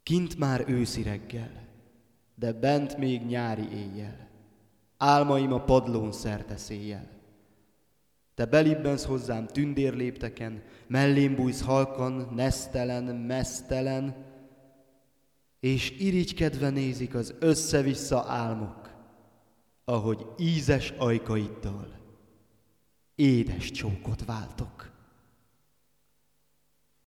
Kint már őszi reggel, de bent még nyári éjjel. Álmaim a padlón szerte széjjel. Te belibbensz hozzám tündérlépteken, mellém bújsz halkan, nesztelen, mesztelen, és irigykedve nézik az össze-vissza álmok, ahogy ízes ajkaiddal édes csókot váltok.